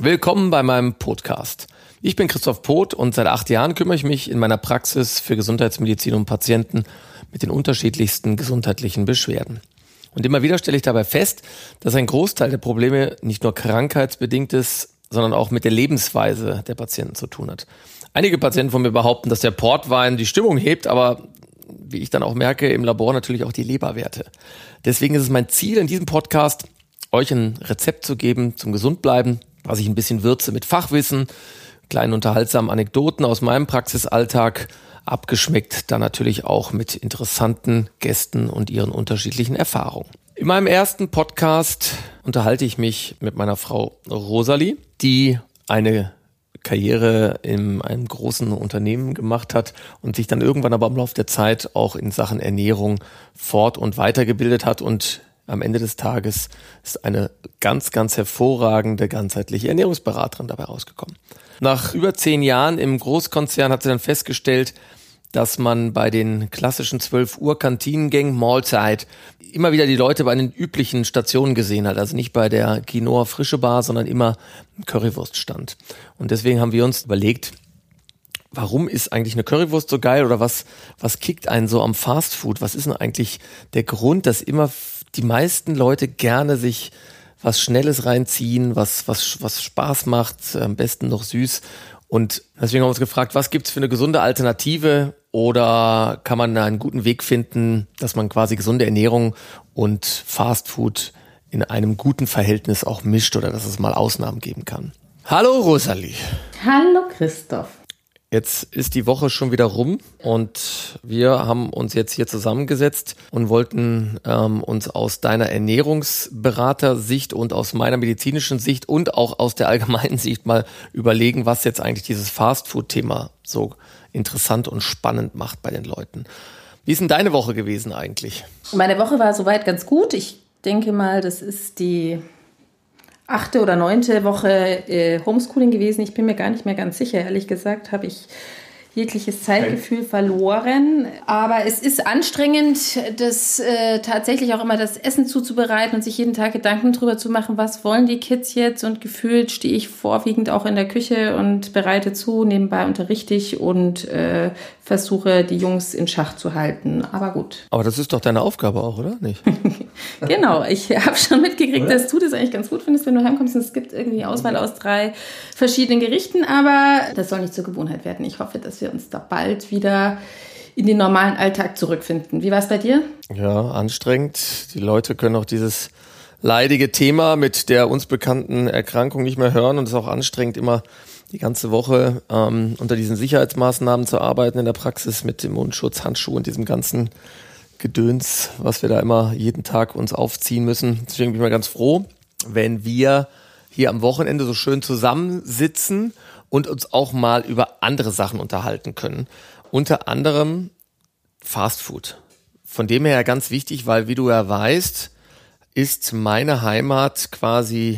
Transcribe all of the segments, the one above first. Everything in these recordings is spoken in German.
Willkommen bei meinem Podcast. Ich bin Christoph Poth und seit 8 Jahren kümmere ich mich in meiner Praxis für Gesundheitsmedizin um Patienten mit den unterschiedlichsten gesundheitlichen Beschwerden. Und immer wieder stelle ich dabei fest, dass ein Großteil der Probleme nicht nur krankheitsbedingt ist, sondern auch mit der Lebensweise der Patienten zu tun hat. Einige Patienten von mir behaupten, dass der Portwein die Stimmung hebt, aber wie ich dann auch merke, im Labor natürlich auch die Leberwerte. Deswegen ist es mein Ziel in diesem Podcast, euch ein Rezept zu geben zum Gesundbleiben, was ich ein bisschen würze mit Fachwissen, kleinen unterhaltsamen Anekdoten aus meinem Praxisalltag, abgeschmeckt dann natürlich auch mit interessanten Gästen und ihren unterschiedlichen Erfahrungen. In meinem ersten Podcast unterhalte ich mich mit meiner Frau Rosalie, die eine Karriere in einem großen Unternehmen gemacht hat und sich dann irgendwann aber im Laufe der Zeit auch in Sachen Ernährung fort- und weitergebildet hat und am Ende des Tages ist eine ganz, ganz hervorragende ganzheitliche Ernährungsberaterin dabei rausgekommen. Nach über 10 Jahren im Großkonzern hat sie dann festgestellt, dass man bei den klassischen 12 Uhr Kantinengängen, Mahlzeit, immer wieder die Leute bei den üblichen Stationen gesehen hat. Also nicht bei der Quinoa Frische Bar, sondern immer im Currywurststand. Und deswegen haben wir uns überlegt, warum ist eigentlich eine Currywurst so geil oder was kickt einen so am Fastfood? Was ist denn eigentlich der Grund, dass immer die meisten Leute gerne sich was Schnelles reinziehen, was Spaß macht, am besten noch süß. Und deswegen haben wir uns gefragt, was gibt's für eine gesunde Alternative oder kann man da einen guten Weg finden, dass man quasi gesunde Ernährung und Fastfood in einem guten Verhältnis auch mischt oder dass es mal Ausnahmen geben kann. Hallo Rosalie. Hallo Christoph. Jetzt ist die Woche schon wieder rum und wir haben uns jetzt hier zusammengesetzt und wollten uns aus deiner Ernährungsberatersicht und aus meiner medizinischen Sicht und auch aus der allgemeinen Sicht mal überlegen, was jetzt eigentlich dieses Fastfood-Thema so interessant und spannend macht bei den Leuten. Wie ist denn deine Woche gewesen eigentlich? Meine Woche war soweit ganz gut. Ich denke mal, das ist die 8. oder 9. Woche Homeschooling gewesen. Ich bin mir gar nicht mehr ganz sicher. Ehrlich gesagt habe ich jegliches Zeitgefühl verloren. Aber es ist anstrengend, das tatsächlich auch immer das Essen zuzubereiten und sich jeden Tag Gedanken drüber zu machen, was wollen die Kids jetzt? Und gefühlt stehe ich vorwiegend auch in der Küche und bereite zu, nebenbei unterrichte ich und versuche, die Jungs in Schach zu halten. Aber gut. Aber das ist doch deine Aufgabe auch, oder? Nicht? Genau, ich habe schon mitgekriegt, dass du das eigentlich ganz gut findest, wenn du heimkommst und es gibt irgendwie Auswahl aus 3 verschiedenen Gerichten, aber das soll nicht zur Gewohnheit werden. Ich hoffe, dass wir uns da bald wieder in den normalen Alltag zurückfinden. Wie war es bei dir? Ja, anstrengend. Die Leute können auch dieses leidige Thema mit der uns bekannten Erkrankung nicht mehr hören und es ist auch anstrengend, immer die ganze Woche unter diesen Sicherheitsmaßnahmen zu arbeiten in der Praxis mit dem Mundschutz, Handschuh und diesem ganzen Gedöns, was wir da immer jeden Tag uns aufziehen müssen. Deswegen bin ich mal ganz froh, wenn wir hier am Wochenende so schön zusammensitzen und uns auch mal über andere Sachen unterhalten können. Unter anderem Fastfood. Von dem her ganz wichtig, weil wie du ja weißt, ist meine Heimat quasi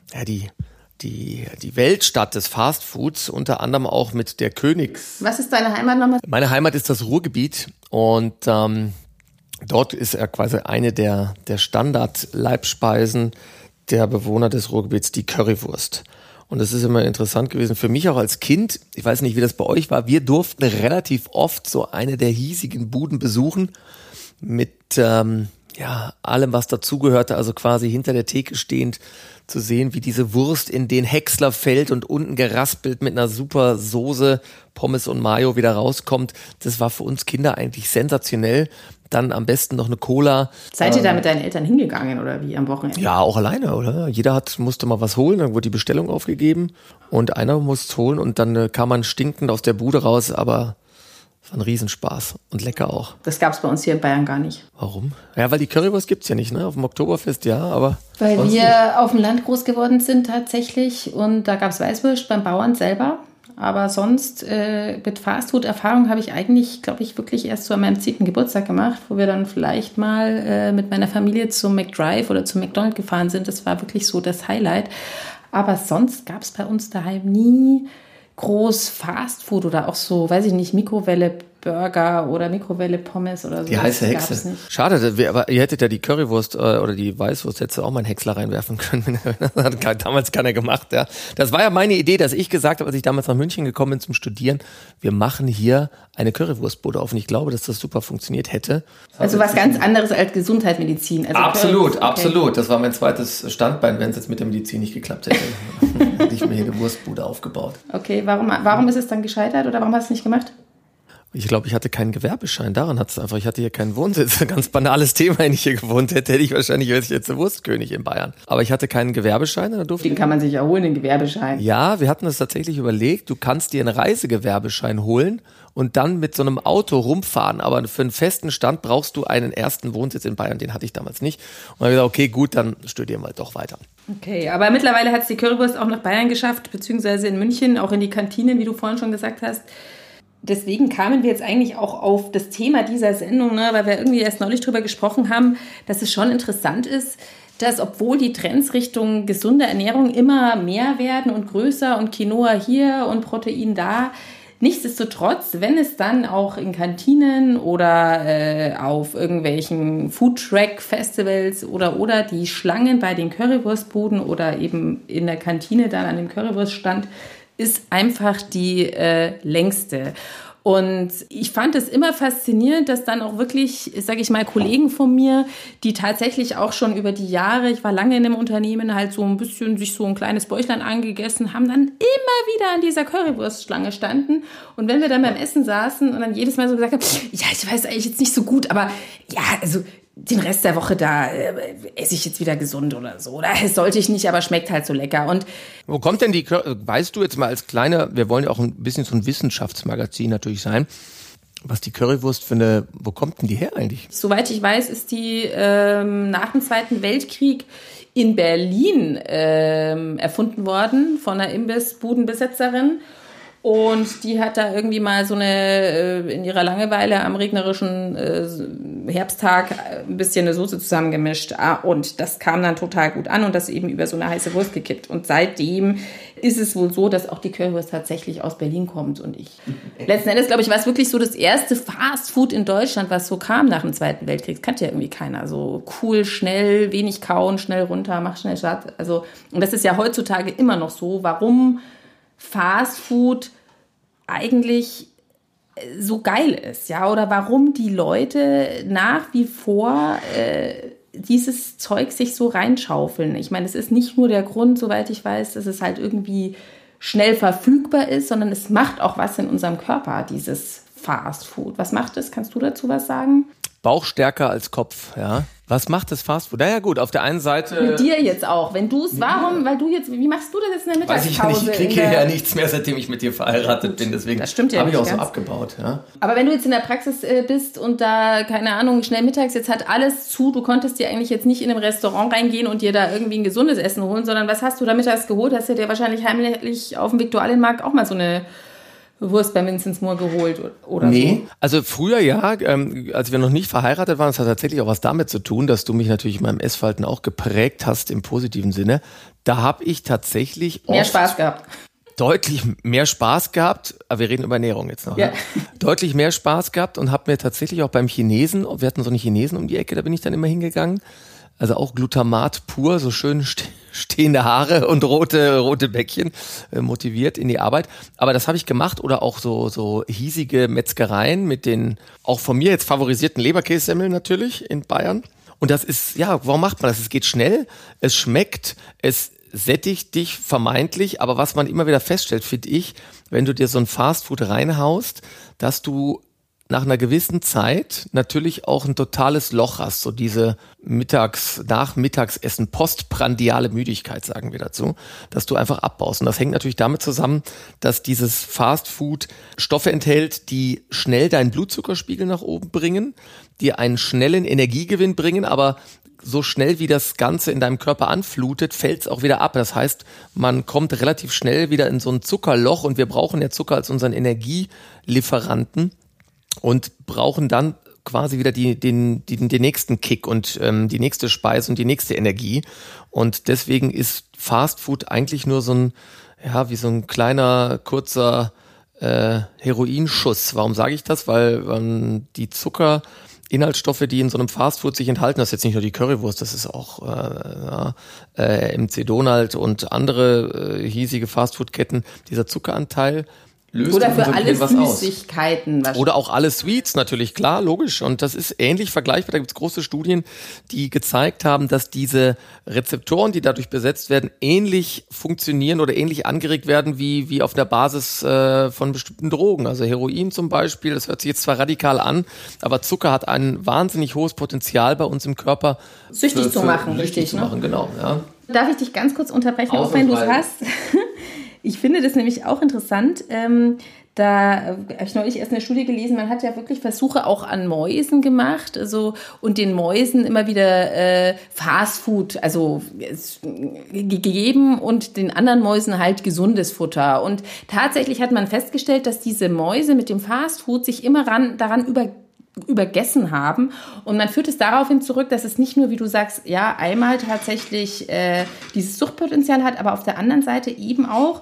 die Weltstadt des Fastfoods, unter anderem auch mit der Was ist deine Heimat nochmal? Meine Heimat ist das Ruhrgebiet und dort ist ja quasi eine der Standard-Leibspeisen der Bewohner des Ruhrgebiets die Currywurst. Und das ist immer interessant gewesen für mich auch als Kind. Ich weiß nicht, wie das bei euch war. Wir durften relativ oft so eine der hiesigen Buden besuchen mit allem, was dazugehörte. Also quasi hinter der Theke stehend zu sehen, wie diese Wurst in den Häcksler fällt und unten geraspelt mit einer super Soße, Pommes und Mayo wieder rauskommt. Das war für uns Kinder eigentlich sensationell. Dann am besten noch eine Cola. Seid ihr da mit deinen Eltern hingegangen oder wie am Wochenende? Ja, auch alleine, oder? Jeder musste mal was holen, dann wurde die Bestellung aufgegeben und einer musste holen und dann kam man stinkend aus der Bude raus, aber es war ein Riesenspaß und lecker auch. Das gab es bei uns hier in Bayern gar nicht. Warum? Ja, weil die Currywurst gibt's ja nicht, ne? Auf dem Oktoberfest ja, aber... Weil wir auf dem Land groß geworden sind tatsächlich und da gab es Weißwurst beim Bauern selber. Aber sonst mit Fastfood-Erfahrung habe ich eigentlich, glaube ich, wirklich erst so an meinem 10. Geburtstag gemacht, wo wir dann vielleicht mal mit meiner Familie zum McDrive oder zum McDonald's gefahren sind. Das war wirklich so das Highlight. Aber sonst gab es bei uns daheim nie groß Fastfood oder auch so, weiß ich nicht, Mikrowelle Burger oder Mikrowelle Pommes oder so. Die heiße Hexe. Schade, aber ihr hättet ja die Currywurst oder die Weißwurst hättest du auch mal einen Häcksler reinwerfen können. Das hat damals keiner gemacht. Ja. Das war ja meine Idee, dass ich gesagt habe, als ich damals nach München gekommen bin zum Studieren, wir machen hier eine Currywurstbude auf. Und ich glaube, dass das super funktioniert hätte. Also was ganz anderes als Gesundheitsmedizin. Also absolut, absolut. Das war mein zweites Standbein, wenn es jetzt mit der Medizin nicht geklappt hätte. Hätte ich mir hier eine Wurstbude aufgebaut. Okay, warum ist es dann gescheitert oder warum hast du es nicht gemacht? Ich glaube, ich hatte keinen Gewerbeschein. Daran hat es einfach. Ich hatte hier keinen Wohnsitz. Ein ganz banales Thema. Wenn ich hier gewohnt hätte, hätte ich wahrscheinlich jetzt der Wurstkönig in Bayern. Aber ich hatte keinen Gewerbeschein. Den kann man sich ja holen, den Gewerbeschein. Ja, wir hatten das tatsächlich überlegt. Du kannst dir einen Reisegewerbeschein holen und dann mit so einem Auto rumfahren. Aber für einen festen Stand brauchst du einen ersten Wohnsitz in Bayern. Den hatte ich damals nicht. Und dann habe ich gesagt, okay, gut, dann studieren wir doch weiter. Okay, aber mittlerweile hat es die Currywurst auch nach Bayern geschafft, beziehungsweise in München, auch in die Kantinen, wie du vorhin schon gesagt hast. Deswegen kamen wir jetzt eigentlich auch auf das Thema dieser Sendung, ne, weil wir irgendwie erst neulich drüber gesprochen haben, dass es schon interessant ist, dass obwohl die Trends Richtung gesunde Ernährung immer mehr werden und größer und Quinoa hier und Protein da, nichtsdestotrotz, wenn es dann auch in Kantinen oder auf irgendwelchen Food-Track-Festivals oder die Schlangen bei den Currywurstbuden oder eben in der Kantine dann an dem Currywurststand ist einfach die längste. Und ich fand es immer faszinierend, dass dann auch wirklich, sage ich mal, Kollegen von mir, die tatsächlich auch schon über die Jahre, ich war lange in einem Unternehmen, halt so ein bisschen sich so ein kleines Bäuchlein angegessen haben, dann immer wieder an dieser Currywurstschlange standen. Und wenn wir dann beim Essen saßen und dann jedes Mal so gesagt haben, ja, ich weiß eigentlich jetzt nicht so gut, aber ja, also den Rest der Woche da esse ich jetzt wieder gesund oder so. Oder sollte ich nicht, aber schmeckt halt so lecker. Und wo kommt denn weißt du jetzt mal als kleiner, wir wollen ja auch ein bisschen so ein Wissenschaftsmagazin natürlich sein, was die Currywurst wo kommt denn die her eigentlich? Soweit ich weiß, ist die nach dem Zweiten Weltkrieg in Berlin erfunden worden von einer Imbissbudenbesitzerin. Und die hat da irgendwie mal so in ihrer Langeweile am regnerischen Herbsttag ein bisschen eine Soße zusammengemischt. Und das kam dann total gut an und das eben über so eine heiße Wurst gekippt. Und seitdem ist es wohl so, dass auch die Currywurst tatsächlich aus Berlin kommt. Und letzten Endes, glaube ich, war es wirklich so das erste Fastfood in Deutschland, was so kam nach dem Zweiten Weltkrieg. Das kannte ja irgendwie keiner. So cool, schnell, wenig kauen, schnell runter, mach schnell satt. Also, und das ist ja heutzutage immer noch so. Warum Fastfood eigentlich so geil ist, ja, oder warum die Leute nach wie vor dieses Zeug sich so reinschaufeln. Ich meine, es ist nicht nur der Grund, soweit ich weiß, dass es halt irgendwie schnell verfügbar ist, sondern es macht auch was in unserem Körper, dieses Fastfood. Was macht es? Kannst du dazu was sagen? Bauch stärker als Kopf, ja. Was macht das Fastfood? Naja gut, auf der einen Seite... Mit dir jetzt auch. Wenn du es, wie machst du das jetzt in der Mittagspause? Weiß ich nicht, ich kriege ja nichts mehr, seitdem ich mit dir verheiratet bin, deswegen habe ich auch so abgebaut. Ja. Aber wenn du jetzt in der Praxis bist und da, keine Ahnung, schnell mittags, jetzt hat alles zu, du konntest dir eigentlich jetzt nicht in einem Restaurant reingehen und dir da irgendwie ein gesundes Essen holen, sondern was hast du da mittags geholt? Hast du dir wahrscheinlich heimlich auf dem Viktualienmarkt auch mal so eine Wurst bei Vincents Moore geholt oder so? Also früher ja, als wir noch nicht verheiratet waren, das hat tatsächlich auch was damit zu tun, dass du mich natürlich in meinem Essverhalten auch geprägt hast im positiven Sinne. Da habe ich tatsächlich mehr Spaß gehabt. Deutlich mehr Spaß gehabt, aber wir reden über Ernährung jetzt noch. Ja. Ne? Deutlich mehr Spaß gehabt und habe mir tatsächlich auch beim Chinesen, wir hatten so einen Chinesen um die Ecke, da bin ich dann immer hingegangen. Also auch Glutamat pur, so schön stehende Haare und rote Bäckchen, motiviert in die Arbeit. Aber das habe ich gemacht oder auch so hiesige Metzgereien mit den auch von mir jetzt favorisierten Leberkässemmeln natürlich in Bayern. Und das ist, ja, warum macht man das? Es geht schnell, es schmeckt, es sättigt dich vermeintlich, aber was man immer wieder feststellt, finde ich, wenn du dir so ein Fastfood reinhaust, dass du nach einer gewissen Zeit natürlich auch ein totales Loch hast, so diese Nachmittagsessen, postprandiale Müdigkeit, sagen wir dazu, dass du einfach abbaust. Und das hängt natürlich damit zusammen, dass dieses Fastfood Stoffe enthält, die schnell deinen Blutzuckerspiegel nach oben bringen, die einen schnellen Energiegewinn bringen, aber so schnell wie das Ganze in deinem Körper anflutet, fällt es auch wieder ab. Das heißt, man kommt relativ schnell wieder in so ein Zuckerloch und wir brauchen ja Zucker als unseren Energielieferanten. Und brauchen dann quasi wieder den nächsten Kick und die nächste Speise und die nächste Energie. Und deswegen ist Fastfood eigentlich nur so ein, ja, wie so ein kleiner, kurzer Heroinschuss. Warum sage ich das? Weil die Zuckerinhaltsstoffe, die in so einem Fastfood sich enthalten, das ist jetzt nicht nur die Currywurst, das ist auch MC Donald und andere hiesige Fastfood-Ketten, dieser Zuckeranteil löst oder für alle Süßigkeiten. Oder auch alle Sweets, natürlich, klar, logisch. Und das ist ähnlich vergleichbar. Da gibt es große Studien, die gezeigt haben, dass diese Rezeptoren, die dadurch besetzt werden, ähnlich funktionieren oder ähnlich angeregt werden wie auf der Basis von bestimmten Drogen. Also Heroin zum Beispiel, das hört sich jetzt zwar radikal an, aber Zucker hat ein wahnsinnig hohes Potenzial bei uns im Körper. Süchtig zu machen, richtig. Zu machen, genau. Ja. Darf ich dich ganz kurz unterbrechen, auch wenn du es hast? Ich finde das nämlich auch interessant. Da habe ich neulich erst eine Studie gelesen, man hat ja wirklich Versuche auch an Mäusen gemacht, also und den Mäusen immer wieder Fastfood, gegeben und den anderen Mäusen halt gesundes Futter. Und tatsächlich hat man festgestellt, dass diese Mäuse mit dem Fastfood sich immer daran übergessen haben. Und man führt es daraufhin zurück, dass es nicht nur, wie du sagst, ja, einmal tatsächlich dieses Suchtpotenzial hat, aber auf der anderen Seite eben auch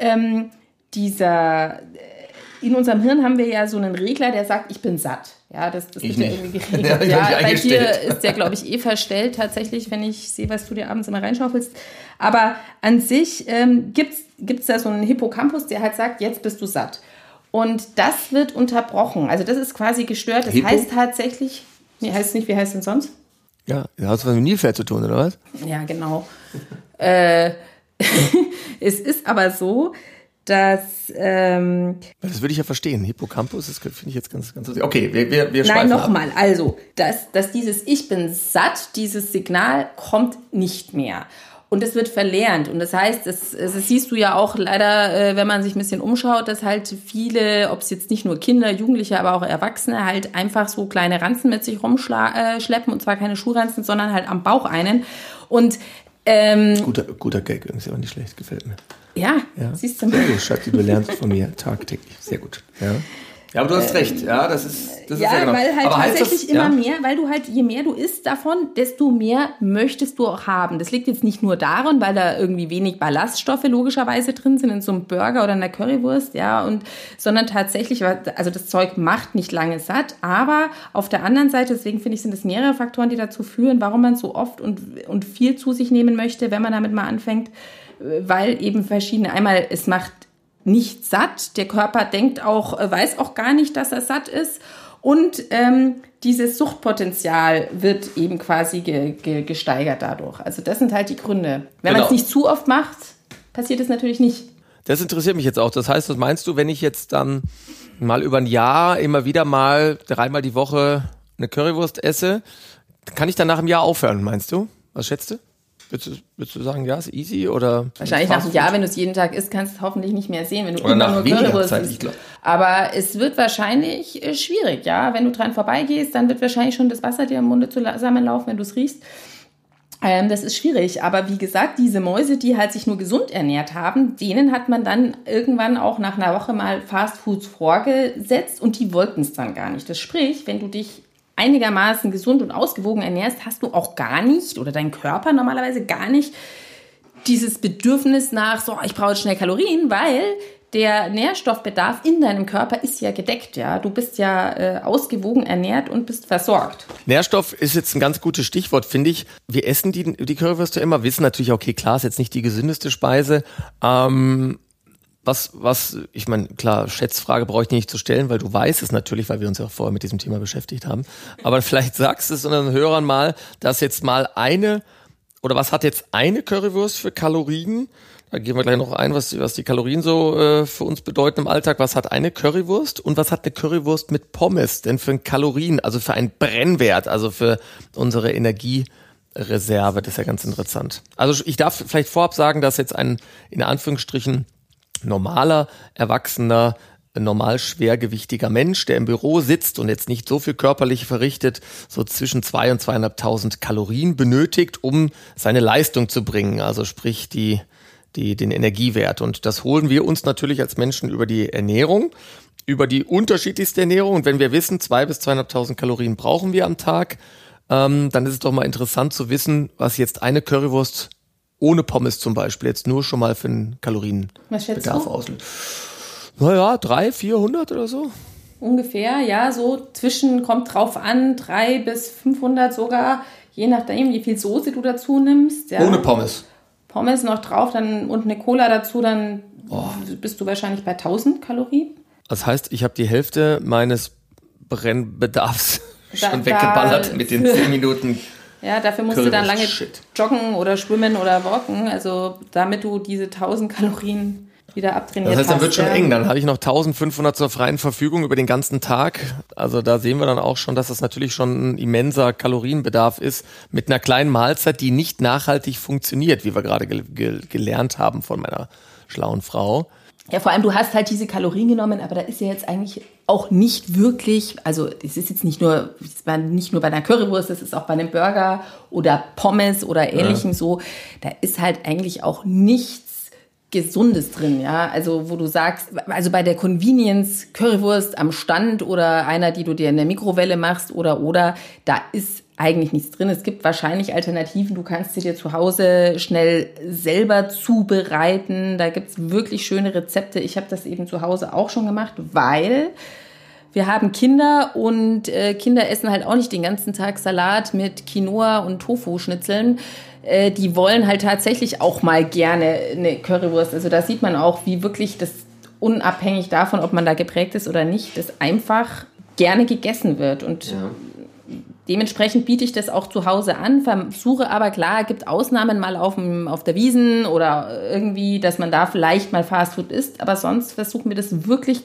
in unserem Hirn haben wir ja so einen Regler, der sagt, ich bin satt. Ja, das wird ja irgendwie geregelt. Ja, bei dir ist der, glaube ich, verstellt tatsächlich, wenn ich sehe, was du dir abends immer reinschaufelst. Aber an sich gibt's da so einen Hippocampus, der halt sagt, jetzt bist du satt. Und das wird unterbrochen. Also das ist quasi gestört. Das heißt tatsächlich, heißt nicht, wie heißt denn sonst? Ja, hat was mit Nilpferd zu tun, oder was? Ja, genau. Es ist aber so, dass... das würde ich ja verstehen. Hippocampus, das finde ich jetzt ganz... Okay, wir Nein, nochmal. Also, dass dieses Ich bin satt, dieses Signal kommt nicht mehr. Und es wird verlernt. Und das heißt, das siehst du ja auch leider, wenn man sich ein bisschen umschaut, dass halt viele, ob es jetzt nicht nur Kinder, Jugendliche, aber auch Erwachsene, halt einfach so kleine Ranzen mit sich rumschleppen. Und zwar keine Schuhranzen, sondern halt am Bauch einen. Und guter Gag, ist aber nicht schlecht, gefällt mir. Ja. Siehst du mal. Sehr gut, Schatzi, du lernst von mir tagtäglich. Sehr gut. Ja, aber du hast recht. Ja, das ist ja genau. Weil halt aber tatsächlich immer mehr, weil du halt, je mehr du isst davon, desto mehr möchtest du auch haben. Das liegt jetzt nicht nur daran, weil da irgendwie wenig Ballaststoffe logischerweise drin sind in so einem Burger oder in der Currywurst, sondern tatsächlich, also das Zeug macht nicht lange satt, aber auf der anderen Seite, deswegen finde ich, sind es mehrere Faktoren, die dazu führen, warum man so oft und viel zu sich nehmen möchte, wenn man damit mal anfängt, weil eben einmal, es macht nicht satt, der Körper weiß auch gar nicht, dass er satt ist und dieses Suchtpotenzial wird eben quasi gesteigert dadurch. Also das sind halt die Gründe. Wenn man es nicht zu oft macht, passiert es natürlich nicht. Das interessiert mich jetzt auch. Das heißt, was meinst du, wenn ich jetzt dann mal über ein Jahr immer wieder mal 3-mal die Woche eine Currywurst esse, kann ich dann nach einem Jahr aufhören, meinst du? Was schätzt du? Würdest du sagen, ja, ist easy oder? Wahrscheinlich nach einem Jahr, wenn du es jeden Tag isst, kannst du es hoffentlich nicht mehr sehen, wenn du immer nur Currywurst isst. Aber es wird wahrscheinlich schwierig, ja. Wenn du dran vorbeigehst, dann wird wahrscheinlich schon das Wasser dir im Munde zusammenlaufen, wenn du es riechst. Das ist schwierig. Aber wie gesagt, diese Mäuse, die halt sich nur gesund ernährt haben, denen hat man dann irgendwann auch nach einer Woche mal Fastfoods vorgesetzt und die wollten es dann gar nicht. Das sprich, wenn du dich einigermaßen gesund und ausgewogen ernährst, hast du auch gar nicht oder dein Körper normalerweise gar nicht dieses Bedürfnis nach, ich brauche schnell Kalorien, weil der Nährstoffbedarf in deinem Körper ist ja gedeckt, ja. Du bist ja ausgewogen ernährt und bist versorgt. Nährstoff ist jetzt ein ganz gutes Stichwort, finde ich. Wir essen die Currywurst ja immer, wissen natürlich, okay, klar, ist jetzt nicht die gesündeste Speise. Ich meine, klar, Schätzfrage brauche ich dir nicht zu stellen, weil du weißt es natürlich, weil wir uns ja auch vorher mit diesem Thema beschäftigt haben. Aber vielleicht sagst du es unseren Hörern mal, dass jetzt mal was hat jetzt eine Currywurst für Kalorien? Da gehen wir gleich noch ein, was die Kalorien so für uns bedeuten im Alltag. Was hat eine Currywurst und was hat eine Currywurst mit Pommes denn für ein Kalorien, also für einen Brennwert, also für unsere Energiereserve? Das ist ja ganz interessant. Also ich darf vielleicht vorab sagen, dass jetzt ein, in Anführungsstrichen, normaler, erwachsener, normal schwergewichtiger Mensch, der im Büro sitzt und jetzt nicht so viel körperlich verrichtet, so zwischen 2.000 und 2.500 Kalorien benötigt, um seine Leistung zu bringen, also sprich den Energiewert. Und das holen wir uns natürlich als Menschen über die Ernährung, über die unterschiedlichste Ernährung. Und wenn wir wissen, 2.000 bis 2.500 Kalorien brauchen wir am Tag, dann ist es doch mal interessant zu wissen, was jetzt eine Currywurst ohne Pommes zum Beispiel jetzt nur schon mal für einen Kalorienbedarf auslöst. Naja, 300, 400 oder so. Ungefähr, ja, so kommt drauf an, 300 bis 500 sogar, je nachdem, wie viel Soße du dazu nimmst. Ja. Ohne Pommes. Pommes noch drauf und eine Cola dazu, dann bist du wahrscheinlich bei 1000 Kalorien. Das heißt, ich habe die Hälfte meines Brennbedarfs schon weggeballert mit den 10 Minuten. Ja, dafür musst du dann lange joggen oder schwimmen oder walken, also damit du diese 1000 Kalorien wieder abtrainiert hast. Das heißt, dann wird schon eng. Dann habe ich noch 1500 zur freien Verfügung über den ganzen Tag. Also da sehen wir dann auch schon, dass das natürlich schon ein immenser Kalorienbedarf ist mit einer kleinen Mahlzeit, die nicht nachhaltig funktioniert, wie wir gerade gelernt haben von meiner schlauen Frau. Ja, vor allem, du hast halt diese Kalorien genommen, aber da ist ja jetzt eigentlich auch nicht wirklich, also es ist jetzt nicht nur bei einer Currywurst, das ist auch bei einem Burger oder Pommes oder Ähnlichem so, da ist halt eigentlich auch nichts Gesundes drin, ja, also wo du sagst, also bei der Convenience Currywurst am Stand oder einer, die du dir in der Mikrowelle machst oder, da ist eigentlich nichts drin. Es gibt wahrscheinlich Alternativen, du kannst sie dir zu Hause schnell selber zubereiten, da gibt's wirklich schöne Rezepte. Ich habe das eben zu Hause auch schon gemacht, weil wir haben Kinder und Kinder essen halt auch nicht den ganzen Tag Salat mit Quinoa und Tofu-Schnitzeln. Die wollen halt tatsächlich auch mal gerne eine Currywurst. Also da sieht man auch, wie wirklich das unabhängig davon, ob man da geprägt ist oder nicht, das einfach gerne gegessen wird. Und dementsprechend biete ich das auch zu Hause an, versuche aber, klar, gibt Ausnahmen mal auf der Wiesn oder irgendwie, dass man da vielleicht mal Fastfood isst, aber sonst versuchen wir das wirklich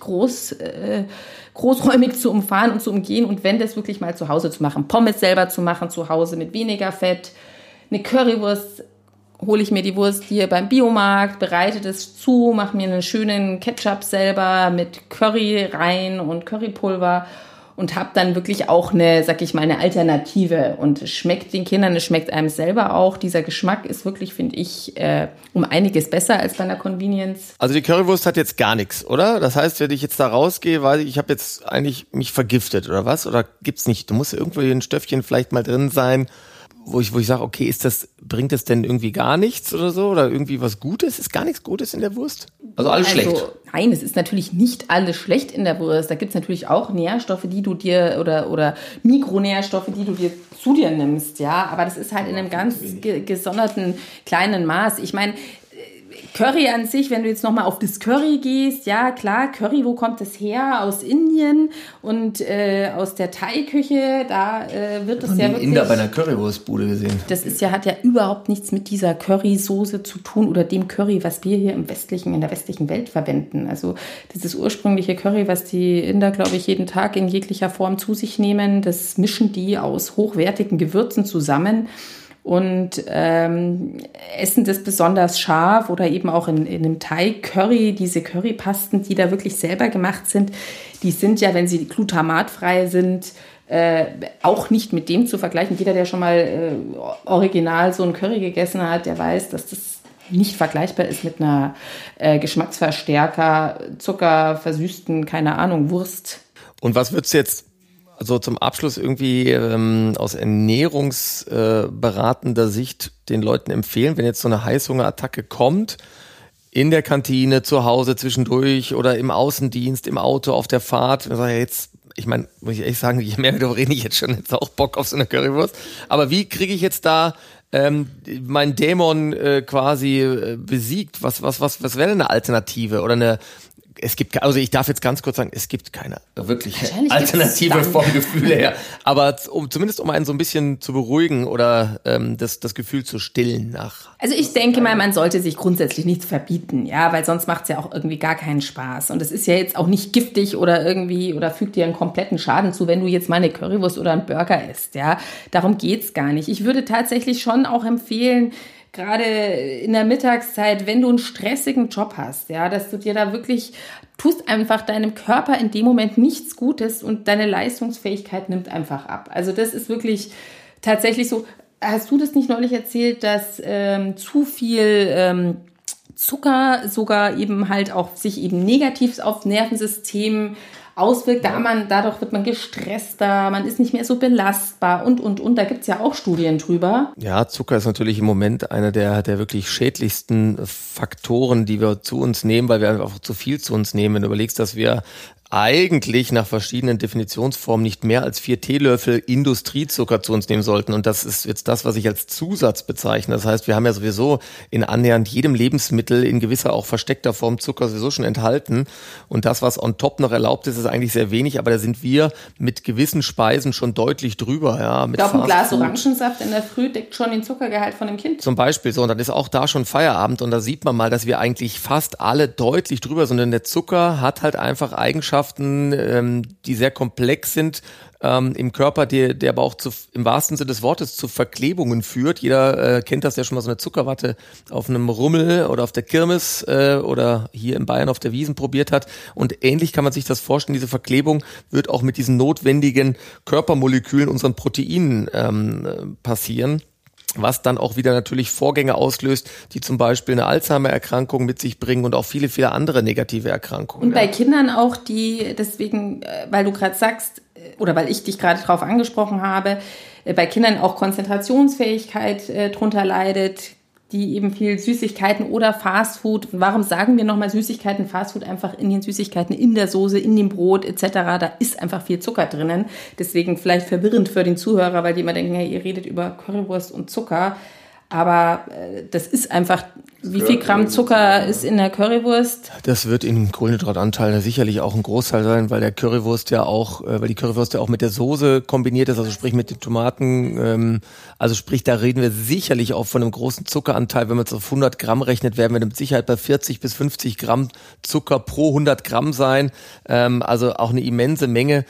großräumig zu umfahren und zu umgehen und wenn das wirklich mal zu Hause zu machen, Pommes selber zu machen zu Hause mit weniger Fett, eine Currywurst, hole ich mir die Wurst hier beim Biomarkt, bereite das zu, mache mir einen schönen Ketchup selber mit Curry rein und Currypulver und habe dann wirklich auch eine Alternative und es schmeckt den Kindern, es schmeckt einem selber auch. Dieser Geschmack ist wirklich, finde ich, um einiges besser als bei einer Convenience. Also die Currywurst hat jetzt gar nichts, oder? Das heißt, wenn ich jetzt da rausgehe, weiß ich habe jetzt eigentlich mich vergiftet oder was? Oder gibt's nicht? Da muss irgendwo ein Stöffchen vielleicht mal drin sein, wo ich sage, okay, bringt das denn irgendwie gar nichts oder so? Oder irgendwie was Gutes? Ist gar nichts Gutes in der Wurst? Also alles schlecht? Nein, es ist natürlich nicht alles schlecht in der Wurst. Da gibt's natürlich auch Nährstoffe, die du dir oder Mikronährstoffe, die du dir zu dir nimmst, ja. Aber das ist halt in einem ganz gesonderten kleinen Maß. Ich meine, Curry an sich, wenn du jetzt nochmal auf das Curry gehst, ja klar, Curry, wo kommt das her? Aus Indien und aus der Thai-Küche, da wird es ja wirklich... Inder bei einer Currywurstbude gesehen. Das hat ja überhaupt nichts mit dieser Currysoße zu tun oder dem Curry, was wir hier in der westlichen Welt verwenden. Also dieses ursprüngliche Curry, was die Inder, glaube ich, jeden Tag in jeglicher Form zu sich nehmen, das mischen die aus hochwertigen Gewürzen zusammen und essen das besonders scharf oder eben auch in einem Thai-Curry, diese Currypasten, die da wirklich selber gemacht sind, die sind ja, wenn sie glutamatfrei sind, auch nicht mit dem zu vergleichen. Jeder, der schon mal original so ein Curry gegessen hat, der weiß, dass das nicht vergleichbar ist mit einer Geschmacksverstärker, Zucker, versüßten, keine Ahnung, Wurst. Und was würdest du jetzt also zum Abschluss irgendwie aus ernährungsberatender Sicht den Leuten empfehlen, wenn jetzt so eine Heißhungerattacke kommt, in der Kantine, zu Hause, zwischendurch oder im Außendienst, im Auto, auf der Fahrt. Ich meine, muss ich ehrlich sagen, je mehr darüber rede ich jetzt schon, jetzt auch Bock auf so eine Currywurst. Aber wie kriege ich jetzt da meinen Dämon quasi besiegt? Was wäre denn eine Alternative oder also ich darf jetzt ganz kurz sagen, es gibt keine wirklich Alternative vom Gefühl her. Aber zumindest um einen so ein bisschen zu beruhigen oder das Gefühl zu stillen nach. Also ich denke mal, man sollte sich grundsätzlich nichts verbieten, ja, weil sonst macht es ja auch irgendwie gar keinen Spaß. Und es ist ja jetzt auch nicht giftig oder fügt dir einen kompletten Schaden zu, wenn du jetzt mal eine Currywurst oder einen Burger isst, ja. Darum geht's gar nicht. Ich würde tatsächlich schon auch empfehlen, gerade in der Mittagszeit, wenn du einen stressigen Job hast, ja, dass du dir da wirklich tust einfach deinem Körper in dem Moment nichts Gutes und deine Leistungsfähigkeit nimmt einfach ab. Also das ist wirklich tatsächlich so. Hast du das nicht neulich erzählt, dass zu viel Zucker sogar eben halt auch sich eben negativ aufs Nervensystem auswirkt. Dadurch wird man gestresster, man ist nicht mehr so belastbar und. Da gibt es ja auch Studien drüber. Ja, Zucker ist natürlich im Moment einer der wirklich schädlichsten Faktoren, die wir zu uns nehmen, weil wir einfach zu viel zu uns nehmen. Wenn du überlegst, dass wir eigentlich nach verschiedenen Definitionsformen nicht mehr als 4 Teelöffel Industriezucker zu uns nehmen sollten. Und das ist jetzt das, was ich als Zusatz bezeichne. Das heißt, wir haben ja sowieso in annähernd jedem Lebensmittel in gewisser, auch versteckter Form Zucker sowieso schon enthalten. Und das, was on top noch erlaubt ist, ist eigentlich sehr wenig. Aber da sind wir mit gewissen Speisen schon deutlich drüber. Ja, mit ich glaube, ein Glas Orangensaft in der Früh deckt schon den Zuckergehalt von dem Kind. Zum Beispiel so. Und dann ist auch da schon Feierabend. Und da sieht man mal, dass wir eigentlich fast alle deutlich drüber sind. Denn der Zucker hat halt einfach Eigenschaften, die sehr komplex sind im Körper, der aber auch im wahrsten Sinne des Wortes zu Verklebungen führt. Jeder kennt das, ja schon mal so eine Zuckerwatte auf einem Rummel oder auf der Kirmes oder hier in Bayern auf der Wiesn probiert hat. Und ähnlich kann man sich das vorstellen. Diese Verklebung wird auch mit diesen notwendigen Körpermolekülen, unseren Proteinen passieren. Was dann auch wieder natürlich Vorgänge auslöst, die zum Beispiel eine Alzheimer-Erkrankung mit sich bringen und auch viele, viele andere negative Erkrankungen. Und bei Kindern auch, die deswegen, weil du gerade sagst, oder weil ich dich gerade drauf angesprochen habe, bei Kindern auch Konzentrationsfähigkeit drunter leidet, die eben viel Süßigkeiten oder Fastfood. Warum sagen wir nochmal Süßigkeiten, Fastfood? Einfach in den Süßigkeiten, in der Soße, in dem Brot etc. Da ist einfach viel Zucker drinnen. Deswegen vielleicht verwirrend für den Zuhörer, weil die immer denken, hey, ihr redet über Currywurst und Zucker. Aber das ist einfach, wie viel Gramm Zucker ist in der Currywurst? Das wird im Kohlenhydratanteil sicherlich auch ein Großteil sein, weil die Currywurst ja auch mit der Soße kombiniert ist, also sprich mit den Tomaten. Also sprich, da reden wir sicherlich auch von einem großen Zuckeranteil. Wenn man es auf 100 Gramm rechnet, werden wir mit Sicherheit bei 40 bis 50 Gramm Zucker pro 100 Gramm sein. Also auch eine immense Menge.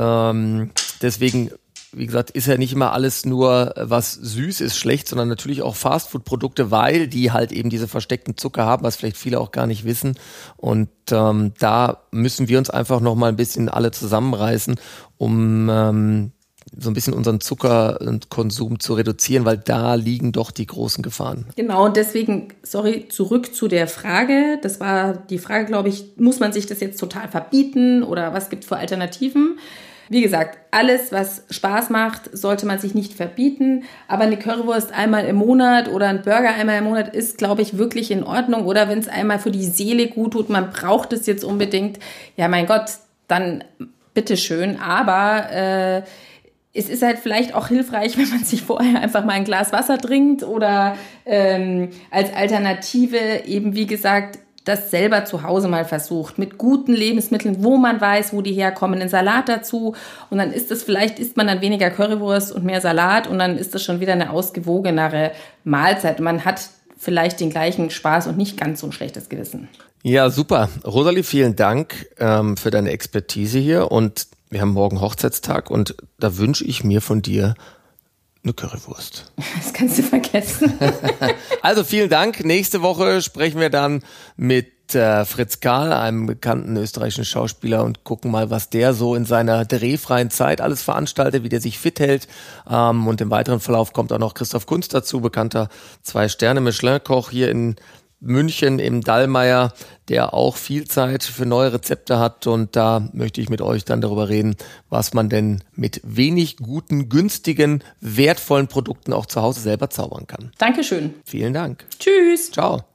Deswegen, wie gesagt, ist ja nicht immer alles nur, was süß ist, schlecht, sondern natürlich auch Fastfood-Produkte, weil die halt eben diese versteckten Zucker haben, was vielleicht viele auch gar nicht wissen. Und da müssen wir uns einfach noch mal ein bisschen alle zusammenreißen, um so ein bisschen unseren Zuckerkonsum zu reduzieren, weil da liegen doch die großen Gefahren. Genau, und deswegen, zurück zu der Frage. Das war die Frage, glaube ich, muss man sich das jetzt total verbieten oder was gibt es für Alternativen? Wie gesagt, alles, was Spaß macht, sollte man sich nicht verbieten. Aber eine Currywurst einmal im Monat oder ein Burger einmal im Monat ist, glaube ich, wirklich in Ordnung. Oder wenn es einmal für die Seele gut tut, man braucht es jetzt unbedingt. Ja, mein Gott, dann bitteschön. Aber es ist halt vielleicht auch hilfreich, wenn man sich vorher einfach mal ein Glas Wasser trinkt oder als Alternative eben, wie gesagt, das selber zu Hause mal versucht, mit guten Lebensmitteln, wo man weiß, wo die herkommen, einen Salat dazu und dann isst man dann weniger Currywurst und mehr Salat und dann ist das schon wieder eine ausgewogenere Mahlzeit. Man hat vielleicht den gleichen Spaß und nicht ganz so ein schlechtes Gewissen. Ja, super. Rosalie, vielen Dank für deine Expertise hier und wir haben morgen Hochzeitstag und da wünsche ich mir von dir eine Currywurst. Das kannst du vergessen. Also vielen Dank. Nächste Woche sprechen wir dann mit Fritz Karl, einem bekannten österreichischen Schauspieler und gucken mal, was der so in seiner drehfreien Zeit alles veranstaltet, wie der sich fit hält. Und im weiteren Verlauf kommt auch noch Christoph Kunz dazu, bekannter 2-Sterne-Michelin-Koch hier in München im Dallmayr, der auch viel Zeit für neue Rezepte hat und da möchte ich mit euch dann darüber reden, was man denn mit wenig guten, günstigen, wertvollen Produkten auch zu Hause selber zaubern kann. Dankeschön. Vielen Dank. Tschüss. Ciao.